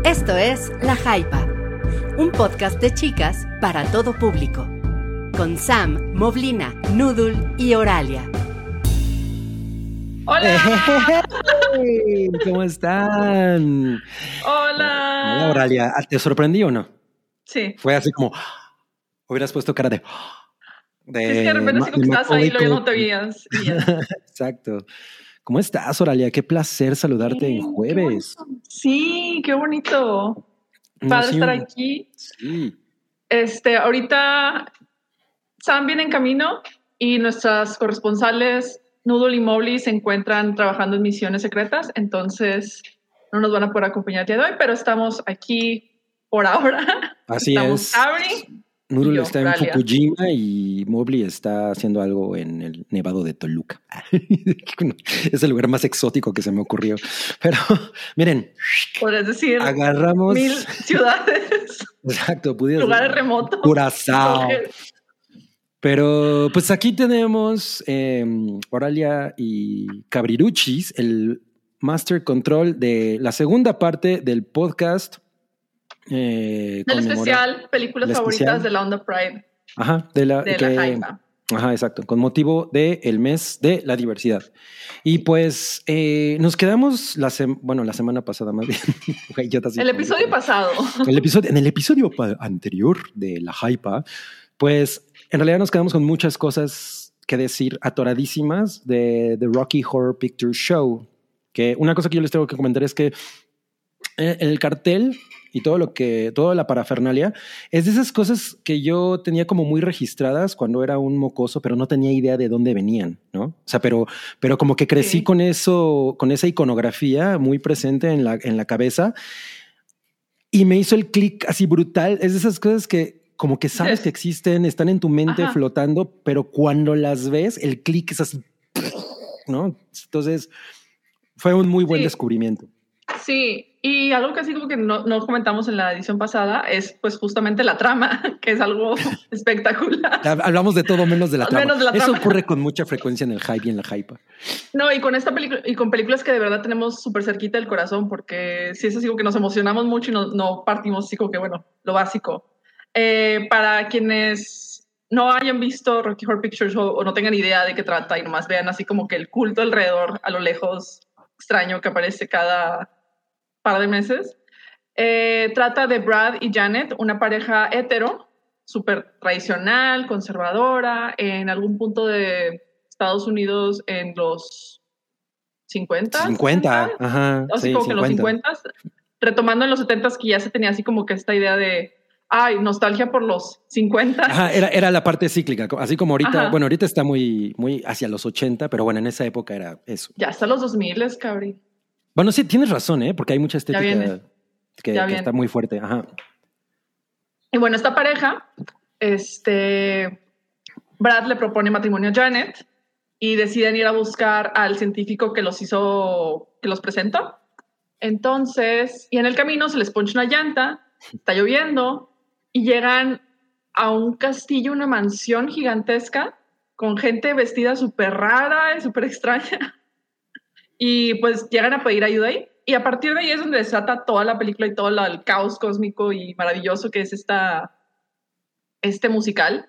Esto es La Hypa, un podcast de chicas para todo público, con Sam, Moblina, Noodle y Oralia. ¡Hola! Hey, ¿cómo están? ¡Hola! Hola, Oralia. ¿Te sorprendí o no? Sí. Fue así como, hubieras puesto cara de... Sí, es que de repente así como que estabas ahí y luego ya no te veías. Y ya. Exacto. ¿Cómo estás, Oralia? Qué placer saludarte en jueves. Sí, qué bonito. No, Padre sí, estar aquí. Sí. Ahorita Sam viene en camino y nuestras corresponsales Noodle y Mobley se encuentran trabajando en misiones secretas, entonces no nos van a poder acompañar el día de hoy, pero estamos aquí por ahora. Así estamos es. Abri. Noodle está en Oralia. Fukushima y Mobley está haciendo algo en el Nevado de Toluca. Es el lugar más exótico que se me ocurrió. Pero miren, Podrías decir agarramos 1000 ciudades. Exacto, pudiera Lugares remotos. Curazao. Pero pues aquí tenemos Oralia y Cabriruchis, el Master Control de la segunda parte del podcast. Del especial, películas favoritas de la Onda Pride. Ajá, de la Hypa. Ajá, exacto, con motivo del mes de la diversidad. Y pues nos quedamos la semana pasada más bien. El episodio pasado. En el episodio anterior de La Hypa, pues en realidad nos quedamos con muchas cosas que decir atoradísimas de The Rocky Horror Picture Show. Que una cosa que yo les tengo que comentar es que el cartel y toda la parafernalia es de esas cosas que yo tenía como muy registradas cuando era un mocoso, pero no tenía idea de dónde venían, ¿no? O sea, pero como que crecí Sí. con eso, con esa iconografía muy presente en la cabeza y me hizo el clic así brutal. Es de esas cosas que como que sabes que existen, están en tu mente flotando, pero cuando las ves, el clic es así, ¿no? Entonces fue un muy buen descubrimiento. Sí, y algo que así como que no comentamos en la edición pasada es pues justamente la trama, que es algo espectacular. Hablamos de todo menos de la trama. Menos de la Eso trama. ocurre con mucha frecuencia en el hype y en la hypa. No, y con esta película y con películas que de verdad tenemos súper cerquita del corazón, porque sí es así como que nos emocionamos mucho y no partimos así como que, bueno, lo básico. Para quienes no hayan visto Rocky Horror Picture Show o no tengan idea de qué trata y nomás vean así como que el culto alrededor a lo lejos extraño que aparece cada par de meses, trata de Brad y Janet, una pareja hetero, súper tradicional, conservadora, en algún punto de Estados Unidos en los 50. 50, ajá. Así Sí, como que en los 50, retomando en los 70 que ya se tenía así como que esta idea de nostalgia por los 50. Ajá, era la parte cíclica, así como ahorita, Ajá. bueno, ahorita está muy, muy hacia los 80, pero bueno, en esa época era eso. Ya hasta los 2000, cabrí. Bueno, sí, tienes razón, porque hay mucha estética que está muy fuerte. Ajá. Y bueno, esta pareja, Brad le propone matrimonio a Janet y deciden ir a buscar al científico que los presentó. Entonces, y en el camino se les poncha una llanta, está lloviendo y llegan a un castillo, una mansión gigantesca con gente vestida súper rara y súper extraña. Y pues llegan a pedir ayuda ahí. Y a partir de ahí es donde desata toda la película y todo el caos cósmico y maravilloso que es este musical.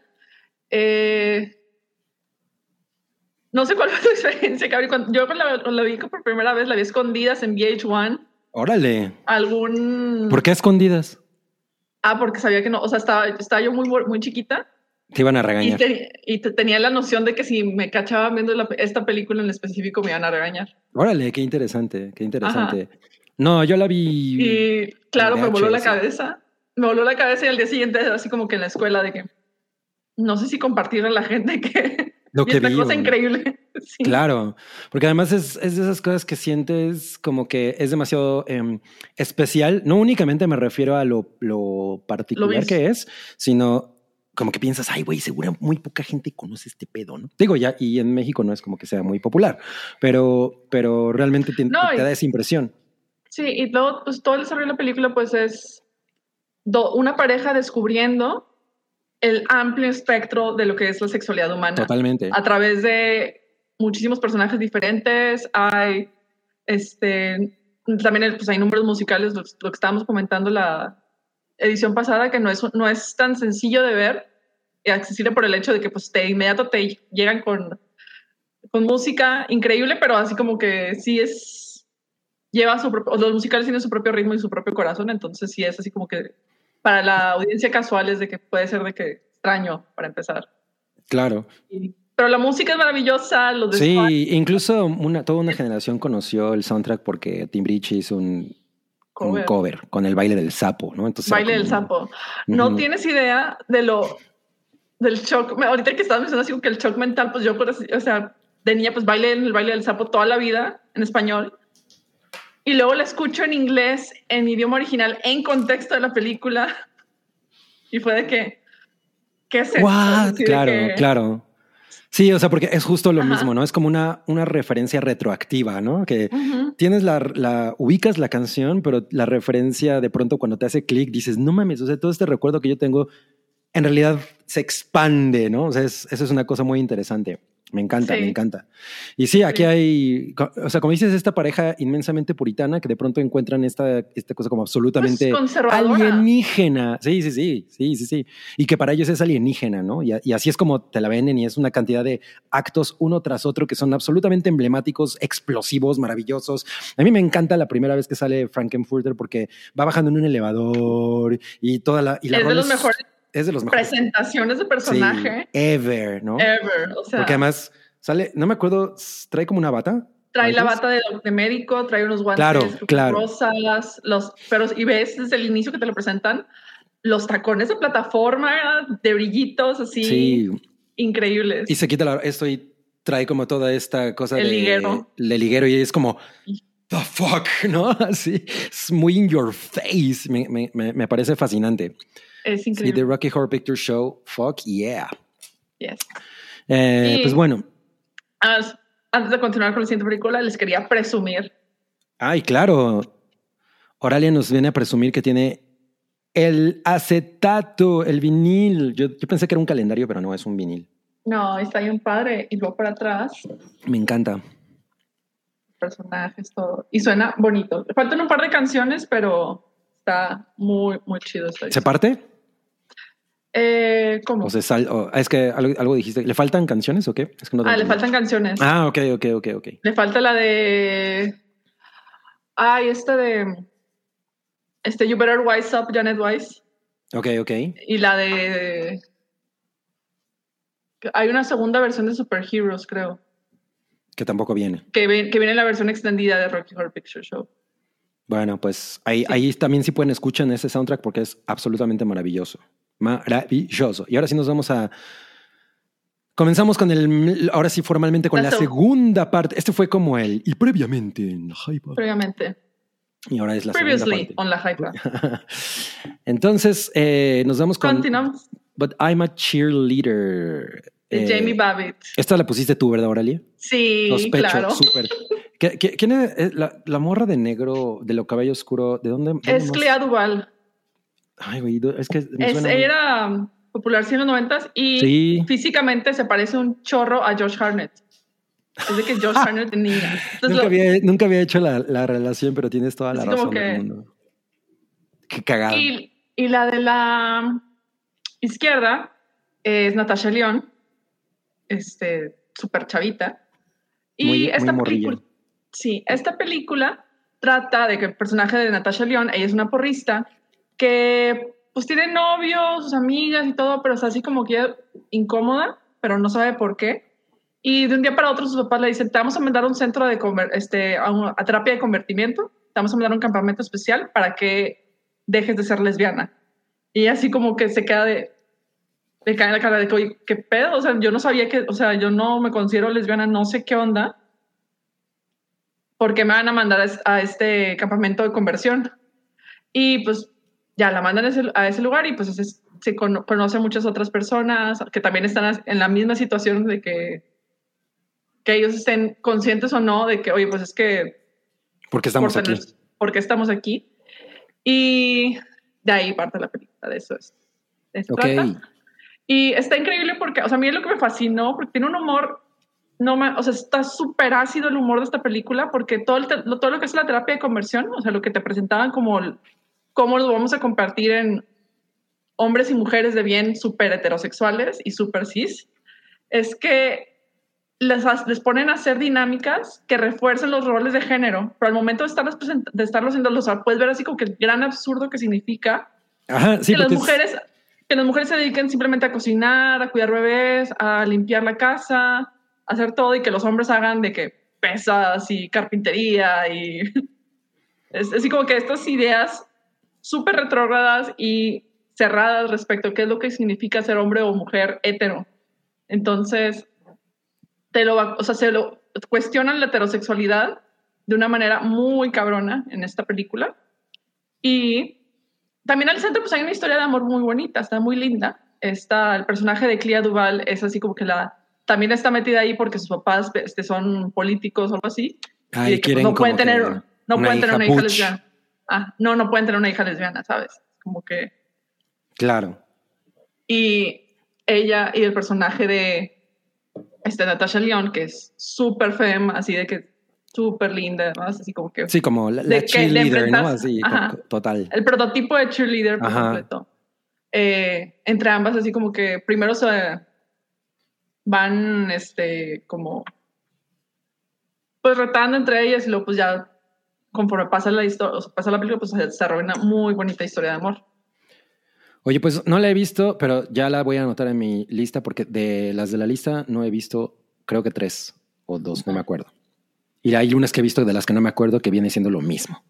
No sé cuál fue tu experiencia, Gaby. Yo cuando la vi por primera vez, la vi escondidas en VH1. Órale. ¿Algún...? ¿Por qué escondidas? Porque sabía que no, o sea, estaba yo muy chiquita. Te iban a regañar. Y tenía la noción de que si me cachaban viendo esta película en específico me iban a regañar. Órale, qué interesante, qué interesante. Ajá. No, yo la vi. Y claro, me voló la VHS. cabeza. Me voló la cabeza y al día siguiente, así como que en la escuela, de que no sé si compartirle a la gente que Lo que esta vi, cosa increíble. Sí. Claro, porque además es de esas cosas que sientes como que es demasiado especial. No únicamente me refiero a lo particular que es, sino como que piensas, ay, güey, seguro muy poca gente conoce este pedo, ¿no? Digo ya, y en México no es como que sea muy popular, pero realmente te da esa impresión. Sí, y luego pues, todo el desarrollo de la película pues es una pareja descubriendo el amplio espectro de lo que es la sexualidad humana. Totalmente. A través de muchísimos personajes diferentes. Hay también pues hay números musicales, lo que estábamos comentando la edición pasada, que no es tan sencillo de ver y accesible por el hecho de que pues de inmediato te llegan con música increíble, pero así como que sí los musicales tienen su propio ritmo y su propio corazón, entonces sí es así como que para la audiencia casual es de que puede ser de que extraño para empezar. Claro. Pero la música es maravillosa. Sí, incluso toda una generación conoció el soundtrack porque Timbiriche hizo un cover con el baile del sapo, ¿no? Entonces baile del sapo. No tienes idea del shock. Ahorita que estabas mencionando así que el shock mental, pues yo, o sea, de niña, pues el baile del sapo toda la vida en español. Y luego la escucho en inglés, en idioma original, en contexto de la película. Y fue de que, ¿qué es esto? Claro. Sí, o sea, porque es justo lo mismo, ¿no? Es como una referencia retroactiva, ¿no? Que tienes ubicas la canción, pero la referencia de pronto cuando te hace clic dices, no mames, o sea, todo este recuerdo que yo tengo en realidad se expande, ¿no? O sea, eso es una cosa muy interesante. Me encanta. Y sí, aquí hay, o sea, como dices, esta pareja inmensamente puritana que de pronto encuentran esta cosa como absolutamente alienígena. Sí. Y que para ellos es alienígena, ¿no? Y así es como te la venden y es una cantidad de actos uno tras otro que son absolutamente emblemáticos, explosivos, maravillosos. A mí me encanta la primera vez que sale Frankenfurter porque va bajando en un elevador y toda la... es de los mejores. Es de los mejores presentaciones de personaje. Sí, ever, ¿no? Ever, o sea. Porque además sale, no me acuerdo, trae como una bata. Trae la bata de médico, trae unos guantes rosas, y ves desde el inicio que te lo presentan, los tacones de plataforma, de brillitos, así, increíbles. Y se quita esto y trae como toda esta cosa el liguero y es como... The fuck, ¿no? Así, es muy in your face. Me parece fascinante. Es increíble. Sí, The Rocky Horror Picture Show, fuck yeah. Yes. Pues bueno. Antes de continuar con la siguiente película, les quería presumir. Ay, claro. Oralia nos viene a presumir que tiene el acetato, el vinil. Yo pensé que era un calendario, pero no, es un vinil. No, está bien padre. Y luego para atrás. Me encanta. Personajes, todo. Y suena bonito. Le faltan un par de canciones, pero está muy, muy chido. ¿Se parte? ¿Cómo? O sea, es que algo dijiste. ¿Le faltan canciones o qué? Es que no le faltan canciones. Ah, ok. Le falta la de... You Better Wise Up, Janet Weiss. Ok. Y la de... Hay una segunda versión de Superheroes, creo. Que tampoco viene. Que viene la versión extendida de Rocky Horror Picture Show. Bueno, pues ahí también sí pueden escuchar ese soundtrack porque es absolutamente maravilloso. Maravilloso. Y ahora sí nos vamos a... Comenzamos ahora sí formalmente con la segunda parte. Este fue como y previamente en la Hypa. Previamente. Y ahora es la segunda parte. Previously on la Hypa. Entonces, nos vamos con... Continuamos. But I'm a Cheerleader. Jamie Babbitt. Esta la pusiste tú, ¿verdad, Oralia? Sí, sospecho, claro. Súper. ¿Quién es la morra de negro, de lo cabello oscuro? ¿De dónde es Clea Duvall. Ay, güey, es que era popular en los 90s y físicamente se parece un chorro a Josh Hartnett. Es de que Josh Hartnett tenía. Nunca había hecho la relación, pero tienes toda la razón del mundo. Qué cagado. Y la de la izquierda es Natasha Lyonne, súper chavita. Y esta película trata de que el personaje de Natasha Lyonne, ella es una porrista que pues tiene novios, sus amigas y todo, pero está así como que incómoda, pero no sabe por qué. Y de un día para otro sus papás le dicen, te vamos a mandar a un centro de a terapia de convertimiento, te vamos a mandar a un campamento especial para que dejes de ser lesbiana. Y así como que se queda le cae en la cara de que, oye, ¿qué pedo? O sea, yo no sabía yo no me considero lesbiana, no sé qué onda. ¿Por qué me van a mandar a este campamento de conversión? Y pues ya la mandan a ese lugar y pues se conoce a muchas otras personas que también están en la misma situación de que ellos estén conscientes o no de que, oye, pues es que... ¿Por qué estamos aquí? ¿Por qué estamos aquí? Y de ahí parte la película, de eso es. Okay. Y está increíble porque, o sea, a mí es lo que me fascinó, porque tiene un humor o sea, está súper ácido el humor de esta película porque todo lo que es la terapia de conversión, o sea, lo que te presentaban como cómo los vamos a compartir en hombres y mujeres de bien súper heterosexuales y súper cis, es que les ponen a hacer dinámicas que refuercen los roles de género, pero al momento de estarlos endosar, puedes ver así como que el gran absurdo que significa Sí, que las mujeres se dediquen simplemente a cocinar, a cuidar bebés, a limpiar la casa, a hacer todo, y que los hombres hagan de que pesas y carpintería y es así como que estas ideas súper retrógradas y cerradas respecto a qué es lo que significa ser hombre o mujer hetero. Entonces, se lo cuestionan la heterosexualidad de una manera muy cabrona en esta película. Y también al centro pues hay una historia de amor muy bonita, está muy linda. El personaje de Clea Duvall es así como que también está metida ahí porque sus papás son políticos o algo así. Y que, pues, no pueden tener una hija lesbiana. No pueden tener una hija lesbiana, ¿sabes? Como que... Claro. Y ella y el personaje de Natasha Lyonne, que es súper femme, así de que súper linda, ¿no? Así como que... Sí, como la cheerleader, ¿no? Así, total. El prototipo de cheerleader por completo. Entre ambas, así como que primero se van, como... pues retando entre ellas y luego pues ya conforme pasa la historia, pasa la película, pues se desarrolla una muy bonita historia de amor. Oye, pues no la he visto, pero ya la voy a anotar en mi lista porque de las de la lista no he visto, creo que 3 o 2, no me acuerdo. Y hay unas que he visto de las que no me acuerdo que viene siendo lo mismo.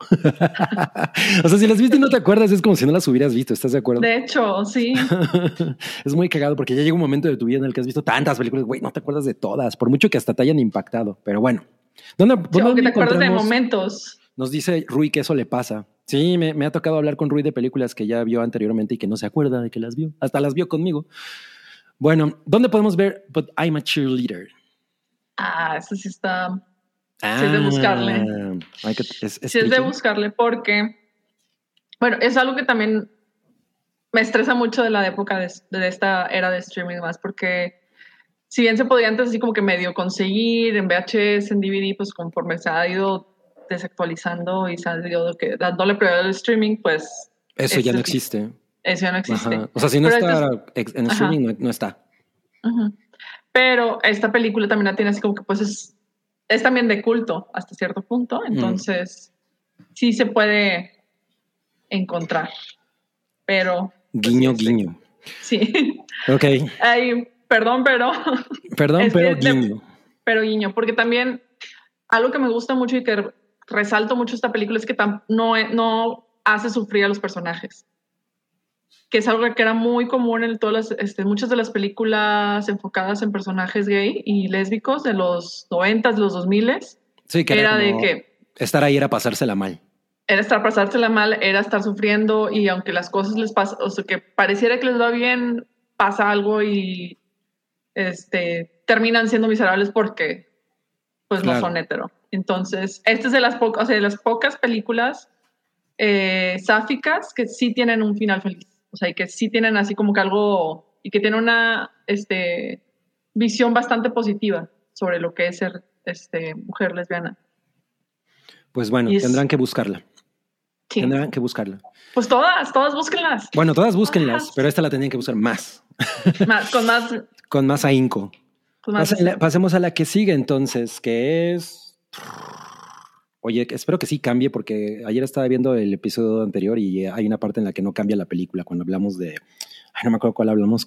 O sea, si las viste y no te acuerdas, es como si no las hubieras visto. ¿Estás de acuerdo? De hecho, sí. Es muy cagado porque ya llega un momento de tu vida en el que has visto tantas películas, güey, no te acuerdas de todas, por mucho que hasta te hayan impactado. Pero bueno, ¿dónde que te acuerdas de momentos? Nos dice Rui que eso le pasa. Sí, me ha tocado hablar con Rui de películas que ya vio anteriormente y que no se acuerda de que las vio. Hasta las vio conmigo. Bueno, ¿dónde podemos ver But I'm a Cheerleader? Eso sí está... sí es de buscarle. Sí es de buscarle porque, bueno, es algo que también me estresa mucho de la época de esta era de streaming más, porque si bien se podía antes así como que medio conseguir en VHS, en DVD, pues conforme se ha ido desactualizando y se ha ido dándole prioridad al streaming, pues... Eso ya no existe. Eso ya no existe. Ajá. O sea, si no está en streaming, no está. Ajá. Pero esta película también la tiene así como que pues es también de culto hasta cierto punto, entonces sí se puede encontrar, pero... Guiño, guiño. Sí. Ok. Perdón, pero... Perdón, pero guiño. Pero guiño, porque también algo que me gusta mucho y que resalto mucho esta película es que no hace sufrir a los personajes, que es algo que era muy común en todas muchas de las películas enfocadas en personajes gay y lésbicos de los 90s, de los 2000s. Sí, que era de que estar ahí era pasársela mal. Pasársela mal, era estar sufriendo, y aunque las cosas les pasan, o sea, que pareciera que les va bien, pasa algo y terminan siendo miserables porque pues no son hetero. Entonces, esta es de las pocas películas sáficas que sí tienen un final feliz. O sea, y que sí tienen así como que algo, y que tienen una visión bastante positiva sobre lo que es ser mujer lesbiana. Pues bueno, tendrán que buscarla. Sí. Tendrán que buscarla. Pues todas búsquenlas. Bueno, todas búsquenlas, pero esta la tendrían que buscar más. Con más ahínco. Pasemos a la que sigue entonces, que es... Oye, espero que sí cambie, porque ayer estaba viendo el episodio anterior y hay una parte en la que no cambia la película cuando hablamos de... Ay, no me acuerdo cuál hablamos,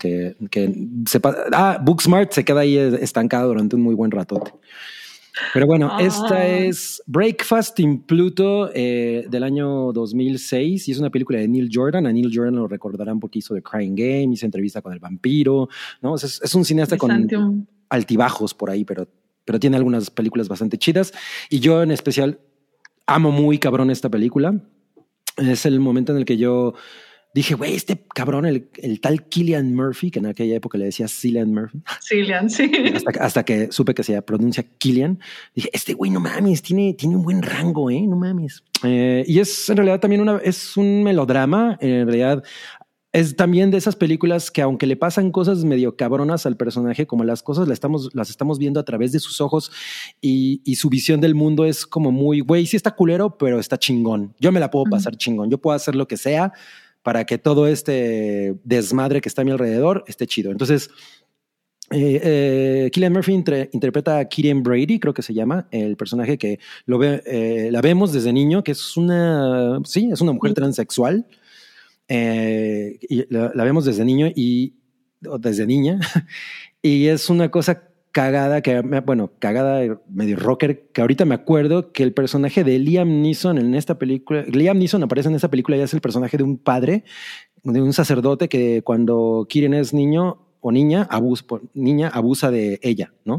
Booksmart se queda ahí estancada durante un muy buen ratote. Pero bueno, esta es Breakfast in Pluto del año 2006 y es una película de Neil Jordan. A Neil Jordan lo recordarán porque hizo The Crying Game, hizo Entrevista con el Vampiro, ¿no? Es un cineasta con altibajos por ahí, pero tiene algunas películas bastante chidas. Y yo en especial amo muy cabrón esta película. Es el momento en el que yo dije, güey, este cabrón, el tal Cillian Murphy, que en aquella época le decía Cillian Murphy. Cillian, sí. Hasta que supe que se pronuncia Cillian. Dije, este güey, no mames, tiene un buen rango, no mames. Y es en realidad también es un melodrama. En realidad es también de esas películas que aunque le pasan cosas medio cabronas al personaje, como las cosas las estamos viendo a través de sus ojos y su visión del mundo es como muy, güey, sí está culero, pero está chingón. Yo me la puedo pasar chingón. Yo puedo hacer lo que sea para que todo este desmadre que está a mi alrededor esté chido. Entonces, Cillian Murphy interpreta a Kieran Brady, creo que se llama, el personaje que la vemos desde niño, que es una mujer transexual. Y la vemos desde niño o desde niña, y es una cosa cagada, cagada medio rocker, que ahorita me acuerdo que el personaje de Liam Neeson en esta película, Liam Neeson aparece en esta película y es el personaje de un padre, de un sacerdote que cuando Kieran es niño o niña, abusa de ella, ¿no?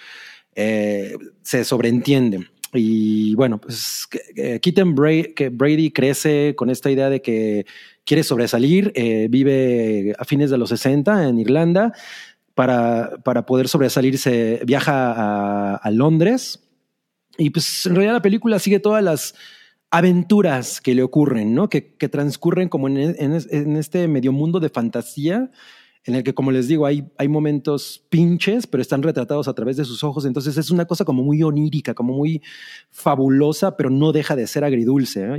Se sobreentiende. Y bueno, pues Keaton Brady crece con esta idea de que quiere sobresalir, vive a fines de los 60 en Irlanda. Para poder sobresalirse, viaja a Londres. Y pues en realidad la película sigue todas las aventuras que le ocurren, ¿no? Que transcurren como en este medio mundo de fantasía, en el que, como les digo, hay momentos pinches, pero están retratados a través de sus ojos. Entonces es una cosa como muy onírica, como muy fabulosa, pero no deja de ser agridulce, ¿eh?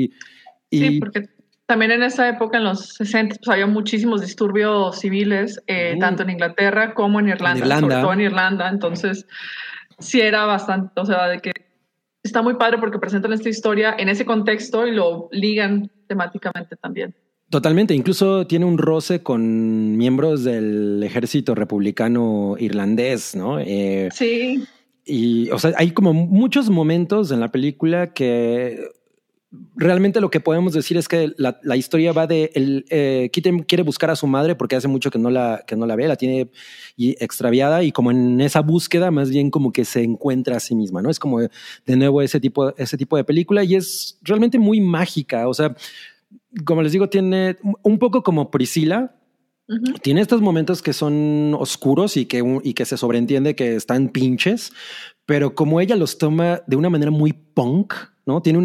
Sí, porque también en esa época, en los 60, pues había muchísimos disturbios civiles, tanto en Inglaterra como en Irlanda, sobre todo en Irlanda. Entonces, sí era bastante, o sea, de que está muy padre porque presentan esta historia en ese contexto y lo ligan temáticamente también. Totalmente, incluso tiene un roce con miembros del ejército republicano irlandés, ¿no? Sí. Y, o sea, hay como muchos momentos en la película que realmente lo que podemos decir es que la historia va de Keaton quiere buscar a su madre porque hace mucho que no la ve, la tiene extraviada, y como en esa búsqueda más bien como que se encuentra a sí misma, ¿no? Es como de nuevo ese tipo de película, y es realmente muy mágica. O sea, como les digo, tiene un poco como Priscilla. Uh-huh. Tiene estos momentos que son oscuros y que se sobreentiende que están pinches, pero como ella los toma de una manera muy punk, ¿no? Tiene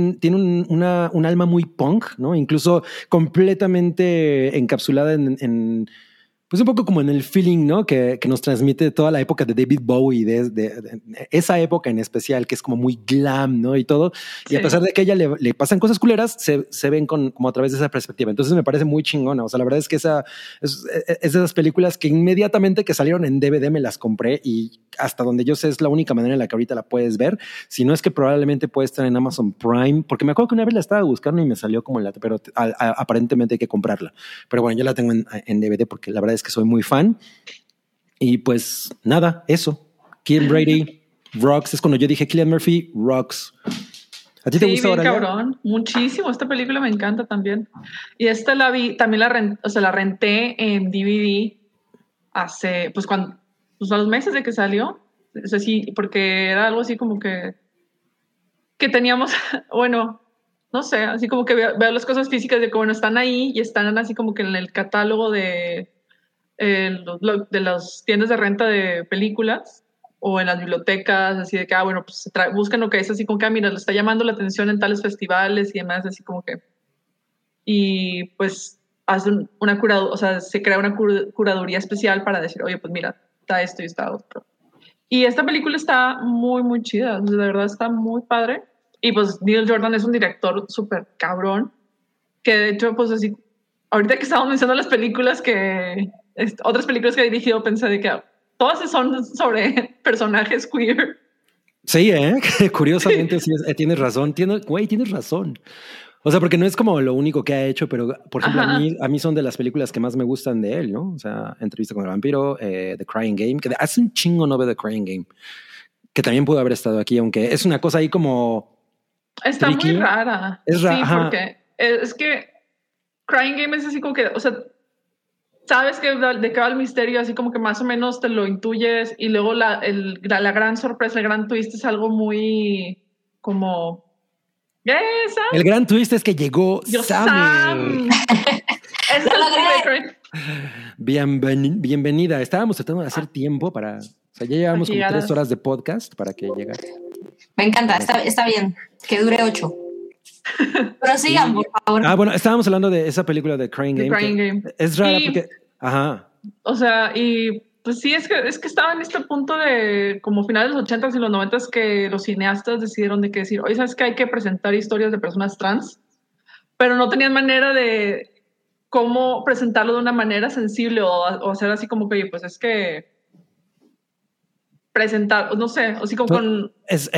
un alma muy punk, ¿no? Incluso completamente encapsulada en pues un poco como en el feeling, ¿no? Que nos transmite toda la época de David Bowie, de esa época en especial, que es como muy glam, ¿no? Y todo. Sí. Y a pesar de que a ella le pasan cosas culeras, se ven como a través de esa perspectiva. Entonces me parece muy chingona. O sea, la verdad es que esa es de esas películas que inmediatamente que salieron en DVD me las compré, y hasta donde yo sé es la única manera en la que ahorita la puedes ver. Si no es que probablemente puede estar en Amazon Prime, porque me acuerdo que una vez la estaba buscando y me salió como pero aparentemente hay que comprarla. Pero bueno, yo la tengo en DVD porque la verdad es que soy muy fan. Y pues nada, eso. Kieran Brady rocks. Es cuando yo dije Cillian Murphy rocks. ¿A ti te gusta ahora? Sí, cabrón. Muchísimo. Esta película me encanta también. Y esta la vi, también la renté en DVD hace, pues a los meses de que salió. O sea, sí, porque era algo así como que teníamos, bueno, no sé, así como que veo las cosas físicas de que, bueno, están ahí y están así como que en el catálogo de las tiendas de renta de películas o en las bibliotecas, así de que, bueno, pues buscan lo que es así como que, mira, le está llamando la atención en tales festivales y demás, así como que, y pues hacen una curaduría, o sea, se crea una curaduría especial para decir, oye, pues mira, está esto y está otro. Y esta película está muy, muy chida, de verdad está muy padre. Y pues Neil Jordan es un director súper cabrón, que de hecho, pues así, ahorita que estábamos mencionando las películas otras películas que ha dirigido, pensé de que todas son sobre personajes queer. Sí, curiosamente sí, tienes razón. Tienes razón. O sea, porque no es como lo único que ha hecho, pero por ejemplo, a mí son de las películas que más me gustan de él, ¿no? O sea, Entrevista con el vampiro, The Crying Game, que hace un chingo no ve The Crying Game, que también pudo haber estado aquí, aunque es una cosa ahí como... Está tricky. Muy rara. Es rara. Sí, porque es que Crying Game es así como que, o sea, sabes de qué va el misterio, así como que más o menos te lo intuyes, y luego la gran sorpresa, el gran twist es algo muy como... El gran twist es que llegó Sam. Bienvenida. Estábamos tratando de hacer tiempo para... O sea, ya llevamos como 3 horas de podcast para que llegara. Me encanta, está bien. Que dure 8. Pero sigan, por favor. Bueno, estábamos hablando de esa película de Crying The Game. Crying Game. Es rara Y- porque... Ajá. O sea, y pues sí, es que estaba en este punto de como finales de los 80s y los 90s que los cineastas decidieron de que decir, oye, ¿sabes que hay que presentar historias de personas trans? Pero no tenían manera de cómo presentarlo de una manera sensible o hacer así como que, oye, pues es que presentar, no sé, así como con...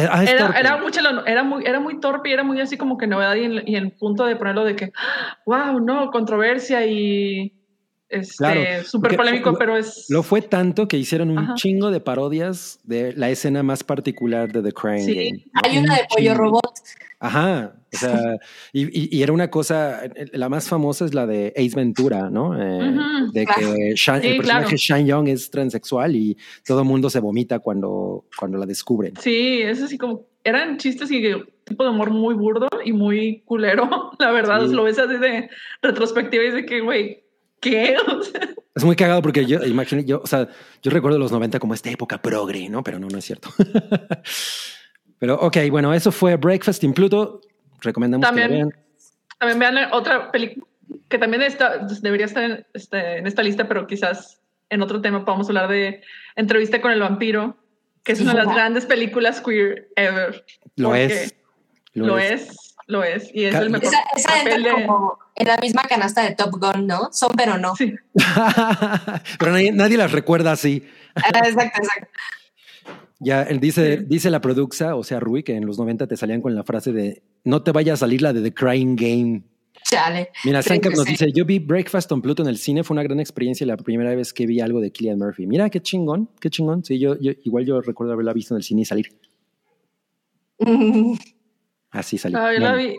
Era muy torpe y era muy así como que novedad y en punto de ponerlo de que, wow, no, controversia y Claro, súper polémico, pero es... Lo fue tanto que hicieron un Ajá. chingo de parodias de la escena más particular de The Crying Sí. Game. Hay una de Pollo Robot. Ajá, o sea, y era una cosa, la más famosa es la de Ace Ventura, ¿no? Ujú, de claro. que el Sí, personaje claro. Shane Young es transexual y todo el mundo se vomita cuando la descubren. Sí, es así como... Eran chistes y tipo de humor muy burdo y muy culero, la verdad. Sí. Lo ves así de retrospectiva y es de que, güey, ¿qué? O sea, Es muy cagado porque yo recuerdo los 90 como esta época progre, ¿no? Pero no es cierto. Pero ok, bueno, eso fue Breakfast in Pluto. Recomendamos que la vean. también vean otra película que también debería estar en esta lista, pero quizás en otro tema podamos hablar de Entrevista con el vampiro, que es una de las grandes películas queer ever. Lo es. Y es el mejor Esa entra papel de... como en la misma canasta de Top Gun, ¿no? Son pero no. Sí. Pero nadie las recuerda así. Exacto. Ya, dice la produxa, o sea, Rui, que en los 90 te salían con la frase de no te vaya a salir la de The Crying Game. Chale. Mira, Creo Sankap que nos sí. dice, yo vi Breakfast on Pluto en el cine, fue una gran experiencia la primera vez que vi algo de Cillian Murphy. Mira, qué chingón. Sí, yo recuerdo haberla visto en el cine y salir. Así salió. Yo la vi.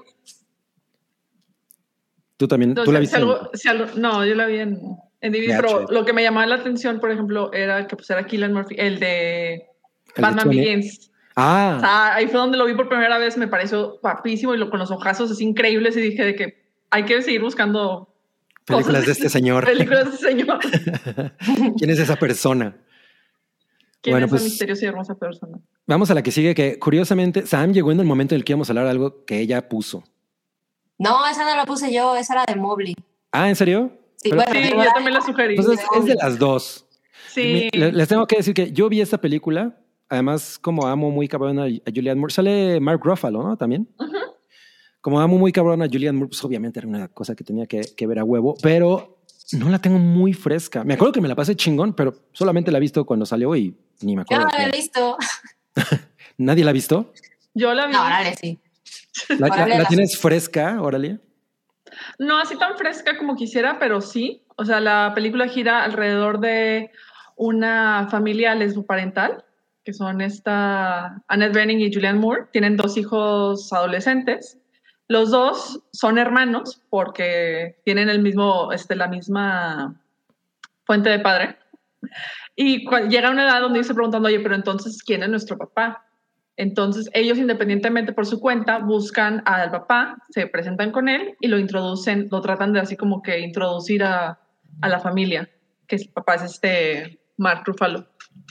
Tú también, No, tú la viste. no, yo la vi en DVD, Ya, pero che. lo que me llamaba la atención, por ejemplo, era que pues era Cillian Murphy, el de de Batman Tony. Begins. O sea, ahí fue donde lo vi por primera vez, me pareció guapísimo y con los ojazos así increíbles y dije de que hay que seguir buscando películas de este señor. Películas de este señor. ¿Quién es esa persona? ¿Quién Bueno, es pues, esa misteriosa y hermosa persona? Vamos a la que sigue, que curiosamente Sam llegó en el momento en el que íbamos a hablar de algo que ella puso. No, esa no la puse yo, esa era de Mobley. Ah, ¿en serio? Sí, Pero- bueno, Sí, de yo verdad, también la sugerí. Entonces es de las dos. Sí. Les tengo que decir que yo vi esta película, además como amo muy cabrón a Julianne Moore, sale Mark Ruffalo, ¿no? También. Como amo muy cabrón a Julianne Moore, pues obviamente era una cosa que tenía que ver a huevo, pero no la tengo muy fresca. Me acuerdo que me la pasé chingón, pero solamente la he visto cuando salió y ni me yo acuerdo. no la he visto. ¿Nadie la ha visto? Yo la vi. No, órale, sí. ¿La tienes fresca, Oralia? No así tan fresca como quisiera, pero sí. O sea, la película gira alrededor de una familia lesboparental, que son Annette Bening y Julianne Moore. Tienen 2 hijos adolescentes. Los 2 son hermanos porque tienen la misma fuente de padre. Y llega una edad donde ellos se preguntan, oye, pero entonces, ¿quién es nuestro papá? Entonces, ellos independientemente por su cuenta buscan al papá, se presentan con él y lo introducen, lo tratan de así como que introducir a la familia, que el papá es Mark Ruffalo.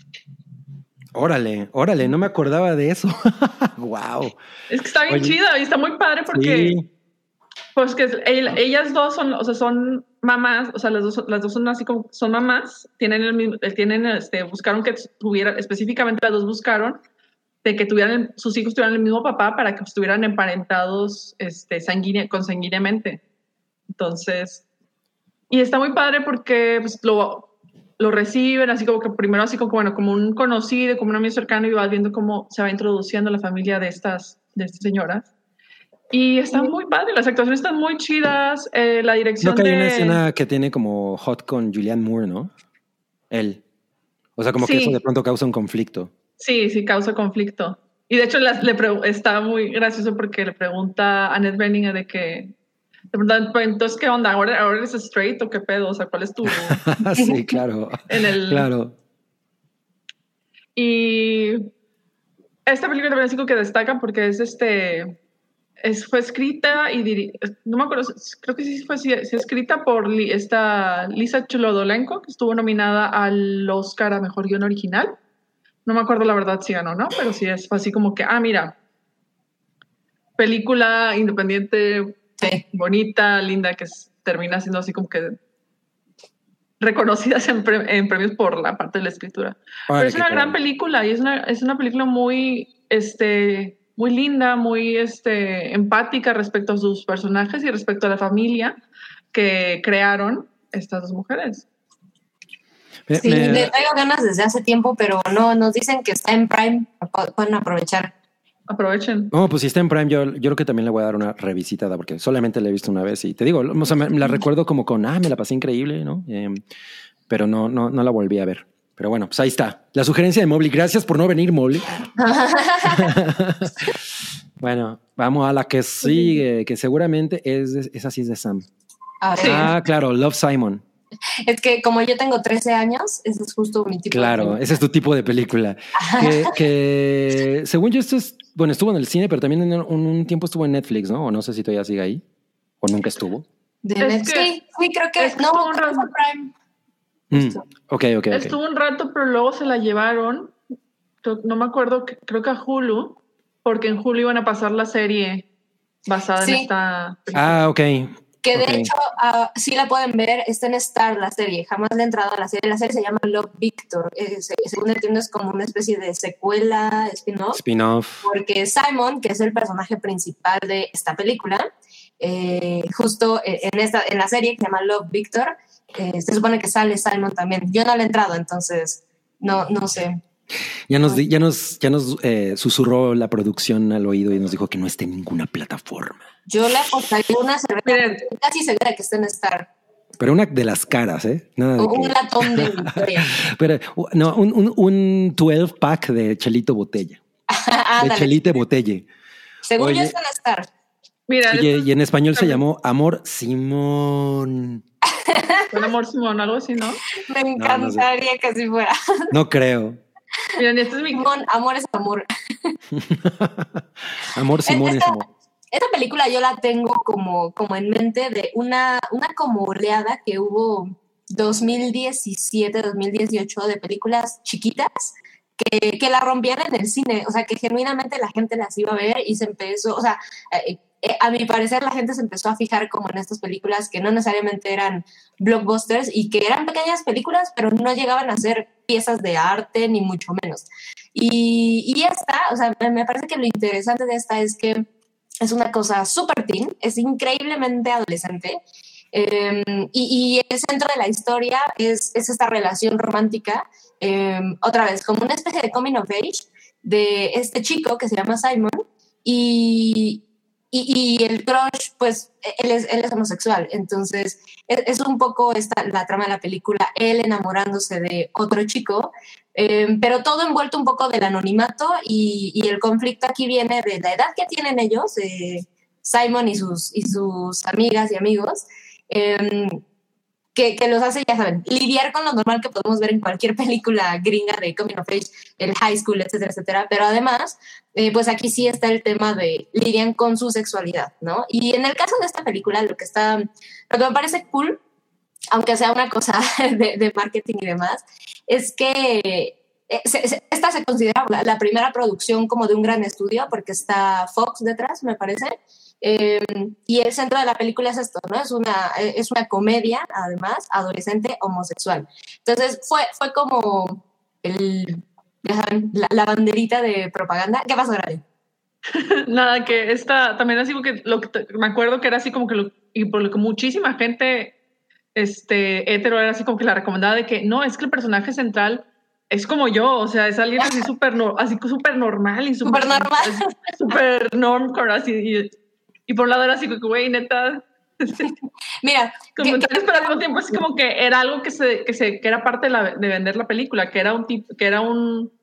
Órale, no me acordaba de eso. Wow. Es que está bien chida y está muy padre porque Sí. pues que ellas dos son mamás, o sea, las dos son así como son mamás, buscaron que tuvieran, específicamente las dos buscaron de que sus hijos tuvieran el mismo papá para que estuvieran emparentados consanguíneamente. Entonces, y está muy padre porque pues, lo reciben así como que primero así como, bueno, como un conocido, como un amigo cercano y vas viendo cómo se va introduciendo la familia de estas señoras. Y está muy padre, las actuaciones están muy chidas, la dirección No, que hay una escena que tiene como hot con Julianne Moore, ¿no? Él. O sea, como que Sí. eso de pronto causa un conflicto. Sí, causa conflicto. Y de hecho está muy gracioso porque le pregunta a Annette Bening de que, le preguntan, pues, entonces, ¿qué onda? ¿Ahora eres straight o qué pedo? O sea, ¿cuál es tu...? Sí, claro. Claro. Y esta película también es algo que destaca porque fue escrita y no me acuerdo, creo que sí fue escrita por Lisa Cholodolenko, que estuvo nominada al Oscar a Mejor Guión Original. No me acuerdo la verdad si ganó o no, pero sí fue así como que, mira. película independiente, Sí. bonita, linda, que termina siendo así como que reconocidas en premios por la parte de la escritura. Pero es una gran película y es una película muy, muy linda, muy empática respecto a sus personajes y respecto a la familia que crearon estas dos mujeres. Sí, le traigo ganas desde hace tiempo, pero no, nos dicen que está en Prime, pueden aprovechar. Aprovechen. No, pues si está en Prime, yo creo que también le voy a dar una revisitada porque solamente la he visto una vez y te digo, o sea, me la recuerdo como con, me la pasé increíble, ¿no? Pero no la volví a ver. Pero bueno, pues ahí está. La sugerencia de Mobley. Gracias por no venir, Mobley. Bueno, vamos a la que sigue, que seguramente esa sí es de Sam. Claro, Love, Simon. Es que como yo tengo 13 años, ese es justo mi tipo de película. Ese es tu tipo de película. que según yo estuvo en el cine, pero también en un tiempo estuvo en Netflix, ¿no? O no sé si todavía sigue ahí. O nunca estuvo. Sí, creo que no, creo que fue Prime. Ok. Estuvo un rato, pero luego se la llevaron, no me acuerdo, creo que a Hulu, porque en Hulu iban a pasar la serie basada en esta película. Ok. Que de hecho, sí la pueden ver, está en Star la serie, jamás le he entrado a la serie. La serie se llama Love, Victor. Según entiendo es como una especie de secuela, spin-off. Porque Simon, que es el personaje principal de esta película, justo en la serie que se llama Love, Victor, se supone que sale Simon también. Yo no le he entrado, entonces no sé. Ya nos susurró la producción al oído y nos dijo que no esté en ninguna plataforma. Yo le apostaría una cerveza, casi segura que está en Star. Pero una de las caras, Nada de un latón de Victoria. Pero no, un 12-pack de Chelito Botella. De Chelite Botelle. Según yo está en Star. Mira, y en español se llamó Amor Simón. Un Amor Simón, algo así, ¿no? Me encantaría que así fuera. No creo. Miren, este es mi... Amor es amor. Amor Simón es amor. Esta película yo la tengo como en mente de una como oleada que hubo 2017, 2018 de películas chiquitas que la rompían en el cine, o sea, que genuinamente la gente las iba a ver y se empezó, o sea, a mi parecer la gente se empezó a fijar como en estas películas que no necesariamente eran blockbusters y que eran pequeñas películas, pero no llegaban a ser piezas de arte ni mucho menos. Y esta, o sea, me parece que lo interesante de esta es que es una cosa súper teen, es increíblemente adolescente y el centro de la historia es esta relación romántica, otra vez, como una especie de coming of age de este chico que se llama Simon y el crush, pues, él es homosexual. Entonces, es un poco la trama de la película, él enamorándose de otro chico, pero todo envuelto un poco del anonimato y el conflicto aquí viene de la edad que tienen ellos, Simon y sus amigas y amigos, que los hace, ya saben, lidiar con lo normal que podemos ver en cualquier película gringa de coming of age, el high school, etcétera, etcétera, pero además, pues aquí sí está el tema de lidian con su sexualidad, ¿no? Y en el caso de esta película, lo que me parece cool, aunque sea una cosa de marketing y demás, es que esta se considera la primera producción como de un gran estudio, porque está Fox detrás, me parece. Y el centro de la película es esto, ¿no? Es una comedia, además, adolescente homosexual. Entonces fue como ya saben, la banderita de propaganda. ¿Qué pasó, Grady? Nada, que esta también así porque me acuerdo que era así como que y por lo que muchísima gente hetero era así como que la recomendaba de que no, es que el personaje central es como yo, o sea, es alguien así súper normal y súper normal, súper normcore, así. Y por un lado era así, güey, neta. Mira. Pero al mismo tiempo es como que era algo que era parte de vender la película, que era un tipo, que era un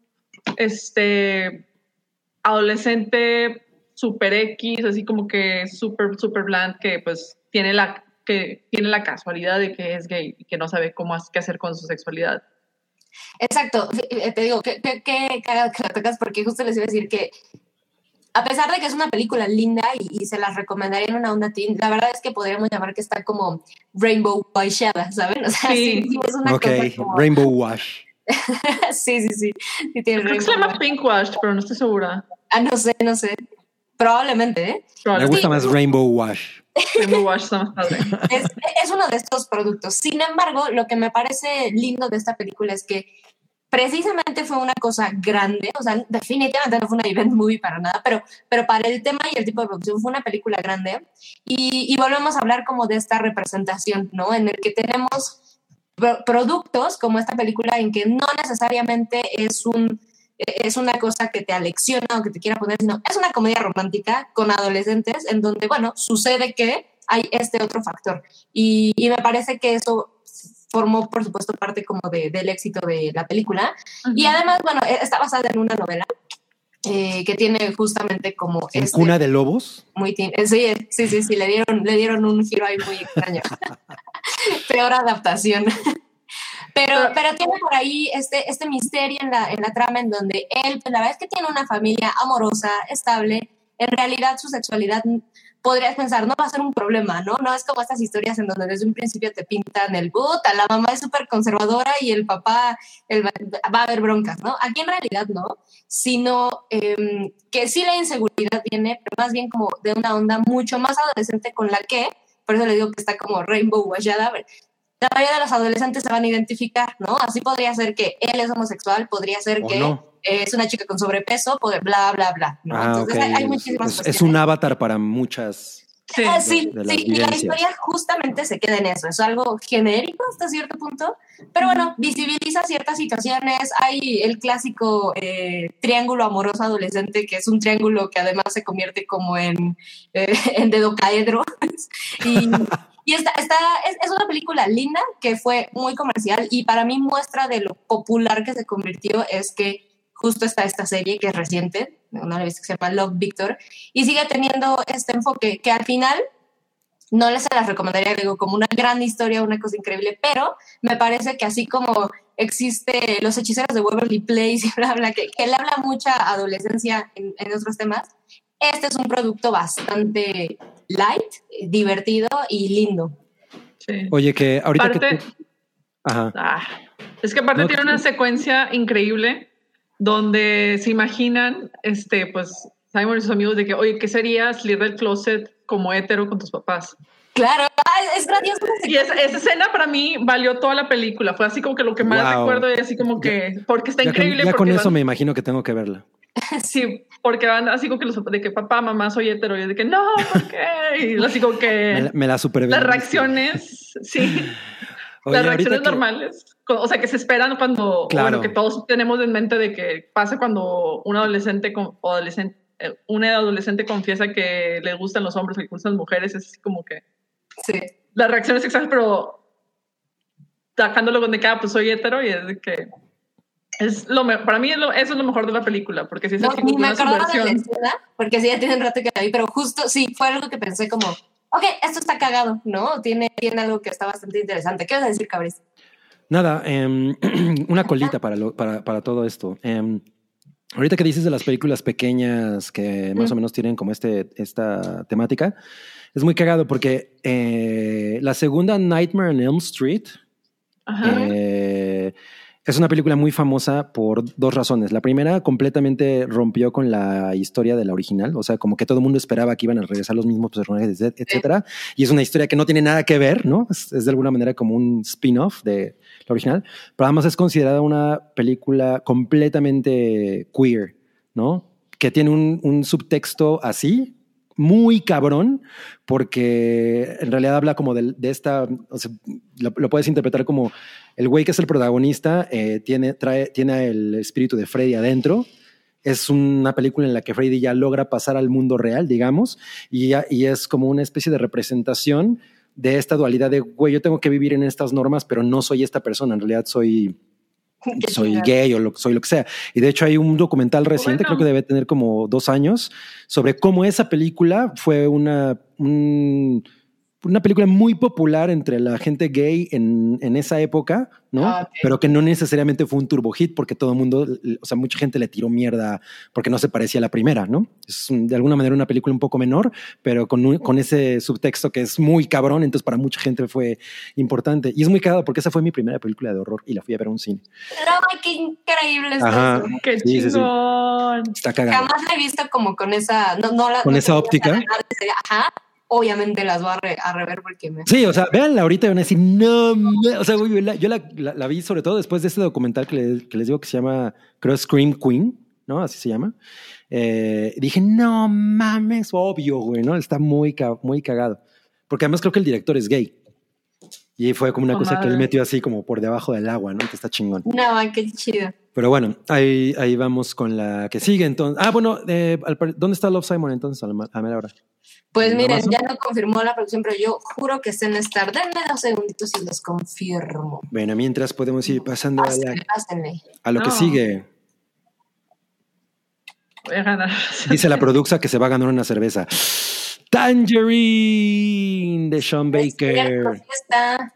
adolescente super X, así como que super bland, que pues tiene la casualidad de que es gay y que no sabe qué hacer con su sexualidad. Exacto. Te digo, que la tocas porque justo les iba a decir que a pesar de que es una película linda y se las recomendaría en una onda teen, la verdad es que podríamos llamar que está como rainbow washada, ¿saben? O sea, sí es una cosa como... Rainbow wash. Sí. Creo que se llama pink wash, pero no estoy segura. No sé. Probablemente, ¿eh? Me gusta más Rainbow Wash. Rainbow Wash está más padre. Es uno de estos productos. Sin embargo, lo que me parece lindo de esta película es que precisamente fue una cosa grande, o sea, definitivamente no fue una event movie para nada, pero para el tema y el tipo de producción fue una película grande y volvemos a hablar como de esta representación, ¿no? En el que tenemos productos como esta película en que no necesariamente es una cosa que te alecciona o que te quiera poner, sino es una comedia romántica con adolescentes en donde, bueno, sucede que hay este otro factor y me parece que eso formó, por supuesto, parte como del éxito de la película. Uh-huh. Y además, bueno, está basada en una novela que tiene justamente como... ¿En Cuna de Lobos? Sí, le dieron un giro ahí muy extraño. Peor adaptación. Pero tiene por ahí este misterio en la trama en donde él, pues la verdad es que tiene una familia amorosa, estable. En realidad su sexualidad, podrías pensar, no va a ser un problema, ¿no? No es como estas historias en donde desde un principio te pintan el puta, la mamá es súper conservadora y el papá va a haber broncas, ¿no? Aquí en realidad no, sino que sí la inseguridad viene, pero más bien como de una onda mucho más adolescente con la que, por eso le digo que está como rainbow washada. La mayoría de los adolescentes se van a identificar, ¿no? Así podría ser que él es homosexual, podría ser que es una chica con sobrepeso, bla, bla, bla, ¿no? Entonces okay. hay muchísimas cuestiones. Es un avatar para muchas. Sí, y la historia justamente se queda en eso. Es algo genérico hasta cierto punto, pero bueno, visibiliza ciertas situaciones. Hay el clásico triángulo amoroso adolescente, que es un triángulo que además se convierte como en dodecaedro. Y es una película linda que fue muy comercial y para mí muestra de lo popular que se convirtió es que justo está esta serie que es reciente, una vez que se llama Love, Victor, y sigue teniendo este enfoque que al final no les se las recomendaría, digo, como una gran historia, una cosa increíble, pero me parece que así como existe Los Hechiceros de Waverly Place y bla, bla, que le habla mucha adolescencia en otros temas, este es un producto bastante light, divertido y lindo. Sí. Oye, que ahorita aparte, es que aparte tiene una secuencia increíble donde se imaginan, pues, Simon y sus amigos de que, oye, ¿qué sería salir del closet como hétero con tus papás? Claro, es grandioso. Y esa escena para mí valió toda la película. Fue así como que lo que más recuerdo y así como que, porque está increíble. Ya con eso me imagino que tengo que verla. Sí, porque van así como que de que papá, mamá, soy hétero. Y de que no, ¿por qué? Y así como que me la supervé. Las reacciones, sí. Oye, las reacciones normales, o sea, que se esperan cuando, bueno, que todos tenemos en mente de que pasa cuando un adolescente confiesa que le gustan los hombres o que le gustan las mujeres, es así como que las reacciones sexuales, pero dejándolo con de que, pues soy hetero y es de que para mí eso es lo mejor de la película, porque si es ni me acordaba de la escena, porque sí, ya tiene un rato que la vi, pero justo sí, fue algo que pensé como, ok, esto está cagado, ¿no? Tiene algo que está bastante interesante. ¿Qué vas a decir, Cabris? Nada, una colita para todo esto. Ahorita que dices de las películas pequeñas que más o menos tienen como esta temática, es muy cagado porque la segunda Nightmare on Elm Street es una película muy famosa por dos razones. La primera, completamente rompió con la historia de la original. O sea, como que todo el mundo esperaba que iban a regresar los mismos personajes, etcétera. Y es una historia que no tiene nada que ver, ¿no? Es de alguna manera como un spin-off de la original. Pero además es considerada una película completamente queer, ¿no? Que tiene un subtexto así, muy cabrón, porque en realidad habla como de esta, o sea, lo puedes interpretar como el güey que es el protagonista, tiene el espíritu de Freddy adentro. Es una película en la que Freddy ya logra pasar al mundo real, digamos, y es como una especie de representación de esta dualidad de, güey, yo tengo que vivir en estas normas, pero no soy esta persona, en realidad soy gay o soy lo que sea. Y de hecho hay un documental reciente, creo que debe tener como 2 años, sobre cómo esa película fue un una película muy popular entre la gente gay en esa época, ¿no? Ah, ok. Pero que no necesariamente fue un turbo hit porque todo el mundo, o sea, mucha gente le tiró mierda porque no se parecía a la primera, ¿no? De alguna manera una película un poco menor, pero con ese subtexto que es muy cabrón, entonces para mucha gente fue importante. Y es muy cagado porque esa fue mi primera película de horror y la fui a ver a un cine. No, qué increíble Ajá. está eso. ¡Qué Sí, sí, sí. chingón! Está cagado. Jamás la he visto como con esa... Con esa óptica. Ajá. Obviamente las voy a rever porque me... Sí, o sea, véanla ahorita y van a decir, no, o sea, güey, yo la vi sobre todo después de este documental que les digo que se llama, creo, Scream Queen, ¿no? Así se llama. Dije, no mames, obvio, güey, ¿no? Está muy cagado. Porque además creo que el director es gay. Y fue como una cosa madre. que él metió así como por debajo del agua, ¿no? Que está chingón. No, qué chido. Pero bueno, ahí vamos con la que sigue entonces. Ah, bueno, ¿dónde está Love, Simon entonces a la hora? Pues ¿En miren, Amazon? ya no confirmó la producción, pero yo juro que está en Star. Denme 2 segunditos y los confirmo. Bueno, mientras podemos ir pasando Pásenle. a lo que No. sigue. Voy a ganar. Dice la produxa que se va a ganar una cerveza. Tangerine de Sean Baker. Sí está.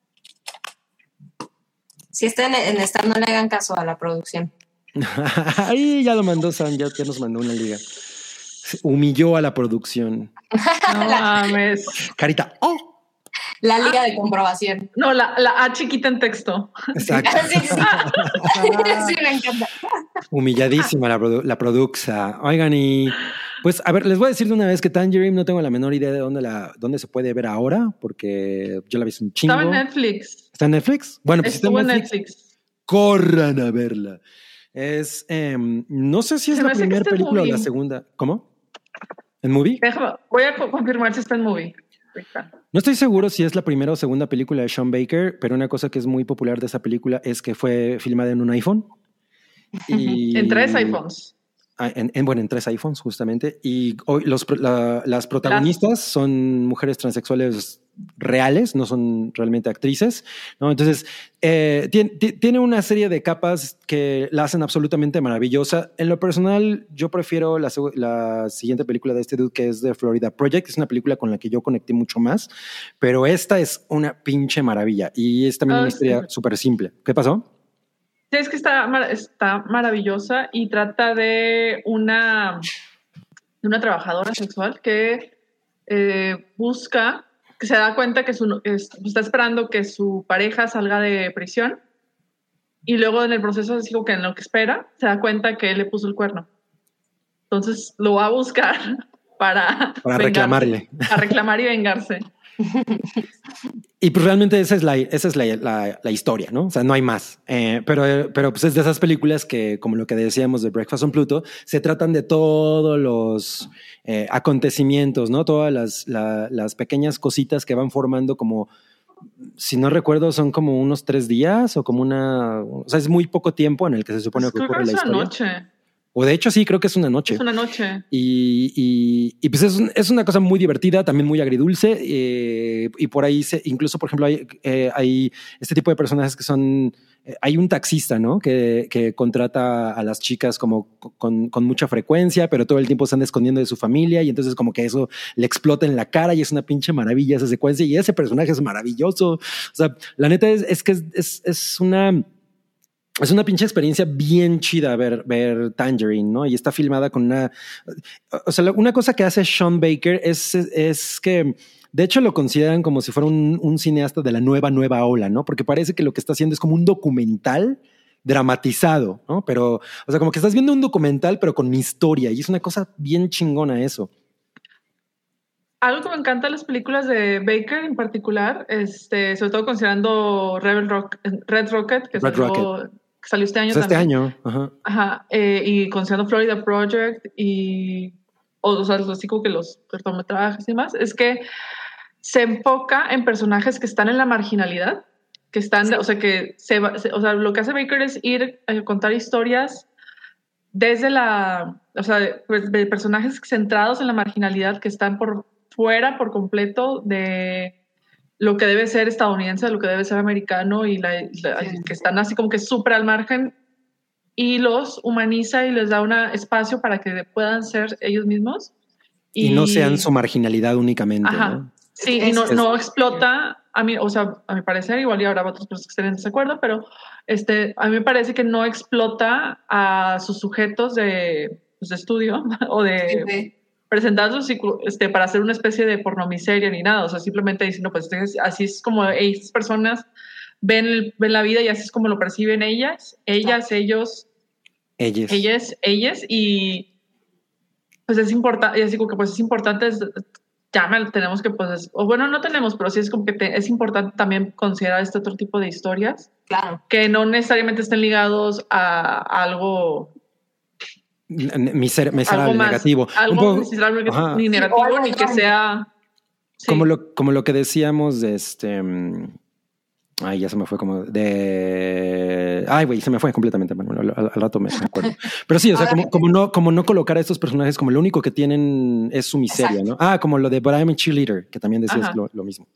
Si está en Star, no le hagan caso a la producción. Ahí ya lo mandó Sam, ya nos mandó una liga. Se humilló a la producción. No mames. Carita, ¡oh! La liga de comprobación. No, la A chiquita en texto. Exacto. Sí, sí. Sí, me encanta. Humilladísima la produxa. Oigan, y pues a ver, les voy a decir de una vez que Tangerine no tengo la menor idea de dónde se puede ver ahora, porque yo la vi hace un chingo. Estaba en Netflix. ¿Está en Netflix? Bueno, pues Estuvo está en en Netflix. Netflix. Corran a verla. No sé si es Se la me hace que primera está en película o Movie. la segunda. ¿Cómo? ¿En movie? Voy a confirmar si está en movie. Ahorita. No estoy seguro si es la primera o segunda película de Sean Baker, pero una cosa que es muy popular de esa película es que fue filmada en un iPhone. Y En 3 iPhones. En 3 iPhones, justamente. Y hoy las protagonistas son mujeres transexuales reales, no son realmente actrices, ¿no? Entonces, tiene una serie de capas que la hacen absolutamente maravillosa. En lo personal, yo prefiero la siguiente película de este dude, que es The Florida Project. Es una película con la que yo conecté mucho más, pero esta es una pinche maravilla y es también una historia súper simple. ¿Qué pasó? Sí, es que está maravillosa y trata de una trabajadora sexual que busca, que se da cuenta que está esperando que su pareja salga de prisión y luego en el proceso, así como que en lo que espera, se da cuenta que él le puso el cuerno. Entonces lo va a buscar para reclamarle. A reclamar y vengarse. Y pues realmente esa es la historia, ¿no? O sea, no hay más. Pero pues es de esas películas que, como lo que decíamos de Breakfast on Pluto, se tratan de todos los acontecimientos, ¿no? Todas las pequeñas cositas que van formando como, si no recuerdo, son como unos 3 días o como o sea, es muy poco tiempo en el que se supone que ocurre la historia. Creo que es una noche. O de hecho sí, creo que es una noche. Es una noche. Y pues es una cosa muy divertida, también muy agridulce. Y por ahí, incluso, por ejemplo, hay este tipo de personajes que son... hay un taxista, ¿no? Que contrata a las chicas como con mucha frecuencia, pero todo el tiempo se anda escondiendo de su familia y entonces como que eso le explota en la cara y es una pinche maravilla esa secuencia y ese personaje es maravilloso. O sea, la neta es que es una... Es una pinche experiencia bien chida ver Tangerine, ¿no? Y está filmada con o sea, una cosa que hace Sean Baker es que, de hecho, lo consideran como si fuera un cineasta de la nueva ola, ¿no? Porque parece que lo que está haciendo es como un documental dramatizado, ¿no? Pero, o sea, como que estás viendo un documental, pero con historia, y es una cosa bien chingona eso. Algo que me encanta de las películas de Baker en particular, sobre todo considerando Red Rocket, que salió este año también. Este año, ajá. Ajá, y considerando Florida Project o sea, así como que los cortometrajes y demás, es que se enfoca en personajes que están en la marginalidad, que están, o sea, o sea, lo que hace Baker es ir a contar historias desde o sea, de personajes centrados en la marginalidad que están fuera por completo de lo que debe ser estadounidense, lo que debe ser americano que están así como que súper al margen y los humaniza y les da un espacio para que puedan ser ellos mismos. Y no sean su marginalidad únicamente, ajá, ¿no? Sí, y no explota, a mí, o sea, a mi parecer, igual y habrá otras personas que estén en desacuerdo, pero a mí me parece que no explota a sus sujetos de estudio o de presentarlos para hacer una especie de pornomiseria ni nada, o sea, simplemente diciendo, pues así es como estas personas ven la vida y así es como lo perciben ellas, ellos, y pues es importante, y así como que pues es importante, tenemos que pues, o bueno, no tenemos, pero sí es como que es importante también considerar este otro tipo de historias, claro, que no necesariamente estén ligados a algo miserable, más, negativo. Algo miserable ni negativo, ni que sea... Sí. Como lo que decíamos de Ay, ya se me fue como de... Ay, güey, se me fue completamente. Bueno, al rato me acuerdo. Pero sí, o sea, como no colocar a estos personajes como lo único que tienen es su miseria, ¿no? Como lo de But I'm a Cheerleader, que también decías lo mismo.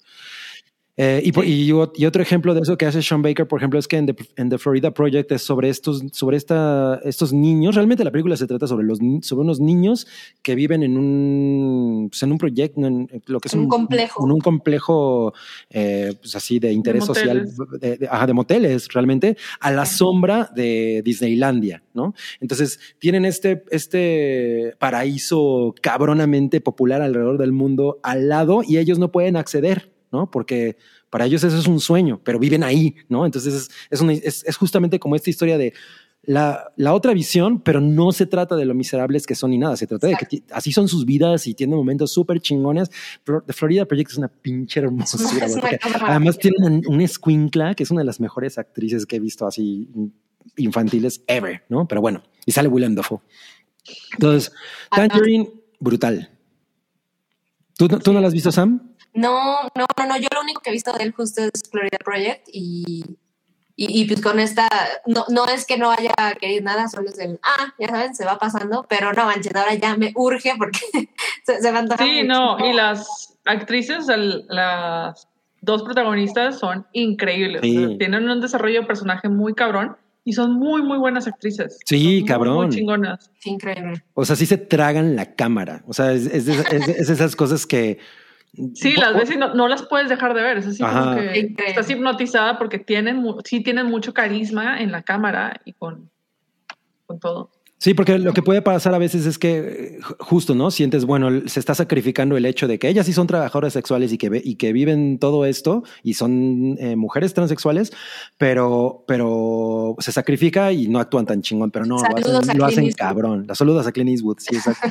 Y otro ejemplo de eso que hace Sean Baker, por ejemplo, es que en The Florida Project es sobre estos niños. Realmente la película se trata sobre unos niños que viven en un proyecto, en lo que es un complejo. Un complejo, pues así de interés social, de moteles, realmente, a la sombra de Disneylandia, ¿no? Entonces tienen este paraíso cabronamente popular alrededor del mundo al lado y ellos no pueden acceder, ¿no? Porque para ellos eso es un sueño, pero viven ahí, ¿no? Entonces es justamente como esta historia de la otra visión, pero no se trata de lo miserables que son ni nada, se trata de que así son sus vidas y tienen momentos súper chingones. The Florida Project es una pinche hermosura. Además tienen una escuincla que es una de las mejores actrices que he visto así infantiles ever, ¿no? Pero bueno, y sale Willem Dafoe. Entonces, Tangerine, brutal. ¿Tú no la has visto, Sam? No, yo lo único que he visto de él justo es Florida Project y pues con esta, no es que no haya querido nada, solo es ya saben, se va pasando, pero no manches, ahora ya me urge porque se va a antojar. Sí, y las actrices, las dos protagonistas son increíbles, sí. Tienen un desarrollo de personaje muy cabrón y son muy, muy buenas actrices. Sí, son cabrón. Muy chingonas. Sí, increíble. O sea, sí se tragan la cámara, o sea, es esas cosas que... Sí, las ves y no las puedes dejar de ver. Es así como que estás hipnotizada porque tienen mucho carisma en la cámara y con todo. Sí, porque lo que puede pasar a veces es que justo, ¿no? Sientes, bueno, se está sacrificando el hecho de que ellas sí son trabajadoras sexuales y que viven todo esto y son mujeres transexuales, pero se sacrifica y no actúan tan chingón, pero no, lo hacen cabrón. Las saludas a Clint Eastwood, sí, exacto.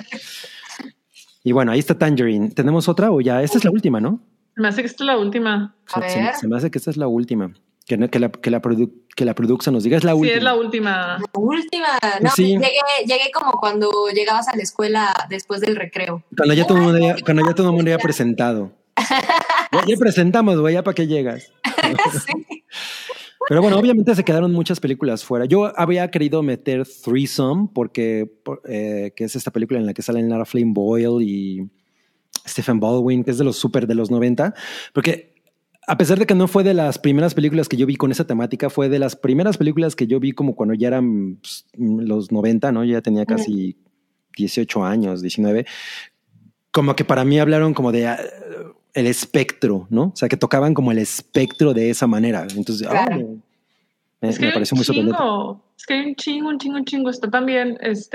Y bueno, ahí está Tangerine. ¿Tenemos otra o ya? Esta es la última, ¿no? Me hace que esta es la última. Se me hace que esta es la última. Que la producción nos diga, es la última. Sí, es la última. La última. No, sí. Llegué como cuando llegabas a la escuela después del recreo. Cuando ya todo el mundo ya presentado. ya presentamos, güey, ya para qué llegas. Sí. Pero bueno, obviamente se quedaron muchas películas fuera. Yo había querido meter Threesome porque que es esta película en la que salen Lara Flynn Boyle y Stephen Baldwin, que es de los 90, porque a pesar de que no fue de las primeras películas que yo vi con esa temática, fue de las primeras películas que yo vi como cuando ya eran los 90, ¿no? Yo ya tenía casi 18 años, 19. Como que para mí hablaron como de el espectro, ¿no? O sea, que tocaban como el espectro de esa manera. Entonces, claro. Me pareció muy sorprendente. Es que hay un chingo. Está también,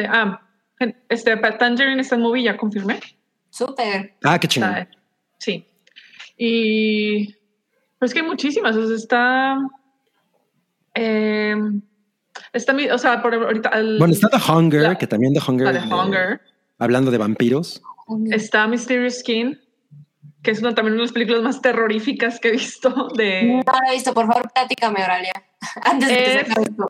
Tangerine está en movie, ya confirmé. Súper. Qué chingón. Sí. Y pues que hay muchísimas. O sea, o sea, por ahorita... Bueno, está The Hunger, que también The Hunger. Hablando de vampiros. Está Mysterious Skin, que es también una de las películas más terroríficas que he visto. No la he visto, por favor, platícame, Oralia. Antes de que se acabe esto.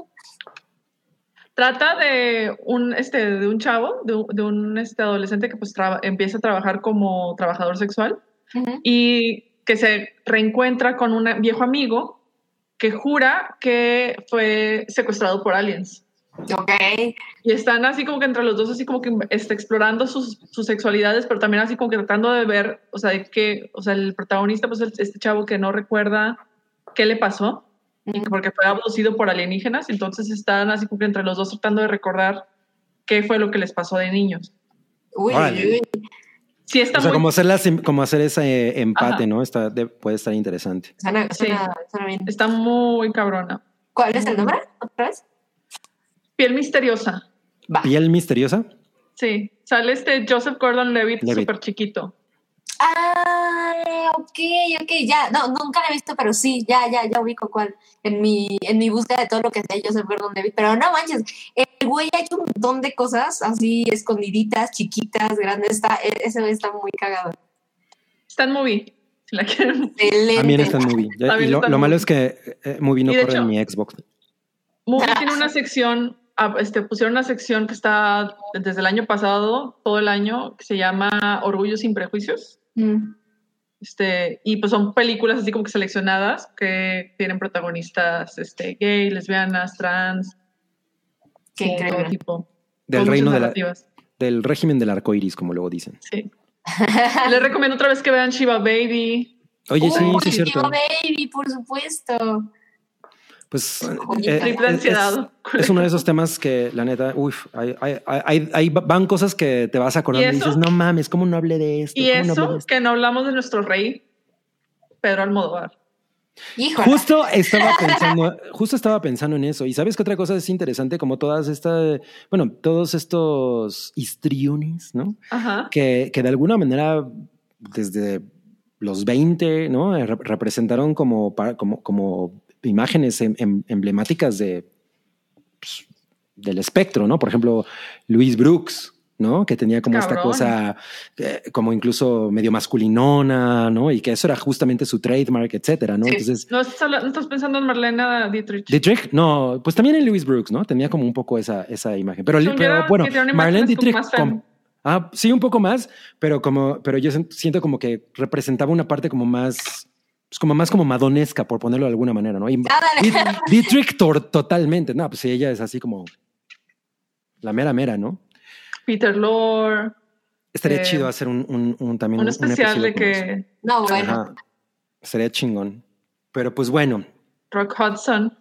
Trata de un chavo, de un adolescente que pues empieza a trabajar como trabajador sexual y que se reencuentra con un viejo amigo que jura que fue secuestrado por aliens. Okay. Y están así como que entre los dos así como que explorando sus sexualidades, pero también así como que tratando de ver, o sea, el protagonista, pues este chavo que no recuerda qué le pasó, porque fue abducido por alienígenas, entonces están así como que entre los dos tratando de recordar qué fue lo que les pasó de niños. Uy. Sí, está O sea, muy... como hacer ese empate, Ajá. ¿no? Puede estar interesante. Suena bien. Está muy cabrona. ¿Cuál es el nombre? ¿Otra vez? Piel misteriosa. Va. ¿Piel misteriosa? Sí, sale Joseph Gordon-Levitt súper chiquito. Ok, ya. No, nunca la he visto, pero sí, ya ubico cuál. En mi búsqueda de todo lo que hacía Joseph Gordon-Levitt. Pero no manches, el güey ha hecho un montón de cosas así escondiditas, chiquitas, grandes. Ese güey está muy cagado. Está en Movie, si la quieren. Excelente. También está en Movie. Y lo malo es que Movie no Y de corre en hecho, mi Xbox. Movie tiene una sección, pusieron una sección que está desde el año pasado, todo el año, que se llama Orgullo sin Prejuicios. Y pues son películas así como que seleccionadas que tienen protagonistas gay, lesbianas, trans, Qué todo increíble. tipo. Del con reino muchas de narrativas. del régimen del arco iris, como luego dicen. Sí. Les recomiendo otra vez que vean Shiva Baby. Oye, sí es Shiva cierto. Baby, por supuesto. Pues Triple ansiedad. es uno de esos temas que, la neta, ahí van cosas que te vas acordando y dices, no mames, ¿cómo no hablé de esto? Y ¿Cómo no hablé de eso esto? que no hablamos de nuestro rey, Pedro Almodóvar. Híjole. Justo estaba pensando en eso. Y sabes que otra cosa es interesante, como todos estos histriones, ¿no? Ajá. Que de alguna manera, desde los 20, ¿no? Representaron como imágenes emblemáticas del espectro, ¿no? Por ejemplo, Louise Brooks, ¿no? Que tenía como esta cosa como incluso medio masculinona, ¿no? Y que eso era justamente su trademark, etcétera, ¿no? Sí. Entonces, ¿No estás pensando en Marlene Dietrich? Dietrich, no, pues también en Louise Brooks, ¿no? Tenía como un poco esa imagen. Pero bueno, Marlene Dietrich, sí, un poco más, pero yo siento como que representaba una parte como más... Pues como madonesca, por ponerlo de alguna manera, ¿no? Y Dietrich totalmente, no, pues sí, ella es así como la mera, ¿no? Peter Lorre. Estaría chido hacer también un especial de que... Eso. No, bueno. Ajá. Estaría chingón. Pero pues bueno. Rock Hudson.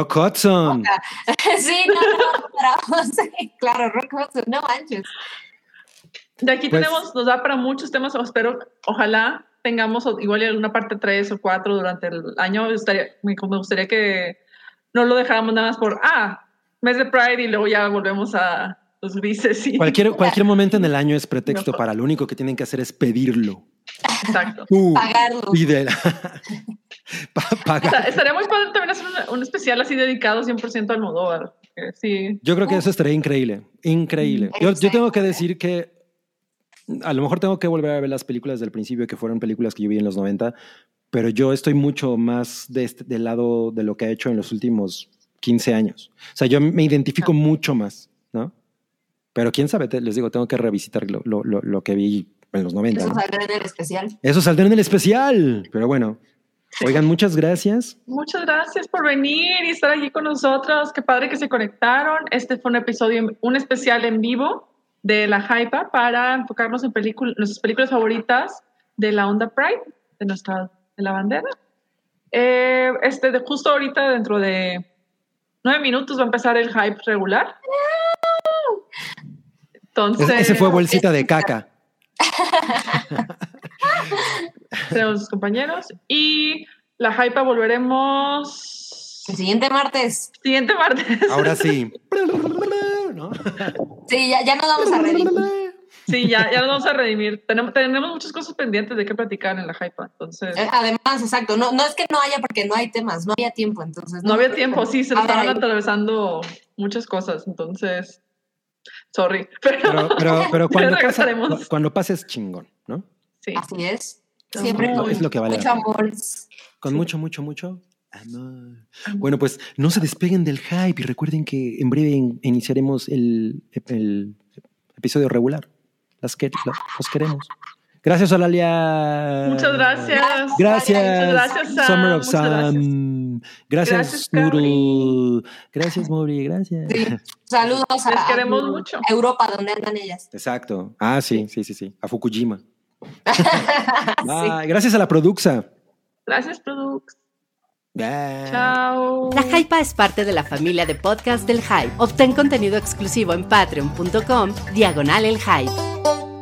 Sí, no, claro, Rock Hudson, no manches. De aquí nos da para muchos temas, ojalá tengamos igual alguna parte 3 o 4 durante el año. Me gustaría que no lo dejáramos nada más por mes de Pride y luego ya volvemos a los grises. Cualquier momento en el año es pretexto para lo único que tienen que hacer es pedirlo. Exacto. Pagarlo. Pídela. Estaría muy padre también hacer un especial así dedicado 100% al Almodóvar. Sí. Yo creo que eso estaría increíble. Yo tengo que decir que a lo mejor tengo que volver a ver las películas del principio, que fueron películas que yo vi en los 90, pero yo estoy mucho más del lado de lo que ha hecho en los últimos 15 años. O sea, yo me identifico mucho más, ¿no? Pero quién sabe, les digo, tengo que revisitar lo que vi en los 90. Eso saldrá en el especial. Eso saldrá en el especial. Pero bueno, oigan, muchas gracias. Muchas gracias por venir y estar aquí con nosotros. Qué padre que se conectaron. Este fue un especial en vivo de La Hypa para enfocarnos en nuestras películas favoritas de la onda Pride, de la bandera. Justo ahorita, dentro de 9 minutos, va a empezar el hype regular. Entonces, ese fue bolsita de caca. Tenemos los compañeros y La Hypa volveremos el siguiente martes. Ahora sí. ¿No? Sí, ya nos vamos a redimir. Sí, ya nos vamos a redimir. Tenemos muchas cosas pendientes de qué platicar en La Hypa, entonces... Además, exacto, no es que no haya, porque no hay temas, no había tiempo, entonces... No había tiempo, sí, se nos estaban atravesando muchas cosas, entonces... Sorry. Pero cuando pasa es chingón, ¿no? Sí. Así es. Siempre es lo que vale. Mucho amor. Con mucho amor. Bueno, pues no se despeguen del hype y recuerden que en breve iniciaremos el episodio regular. Los queremos. Gracias, Olalia. Muchas gracias. Gracias. Muchas gracias, Sam. Summer of Sam. Gracias, Noodle. Gracias, Mori. Gracias. Sí. Saludos Les queremos mucho. Europa, donde andan ellas. Exacto. Sí. A Fukujima. Sí. Gracias a la Produxa. Gracias, Produx. Chao. La Hypa es parte de la familia de podcast del Hype. Obtén contenido exclusivo en patreon.com/El Hype.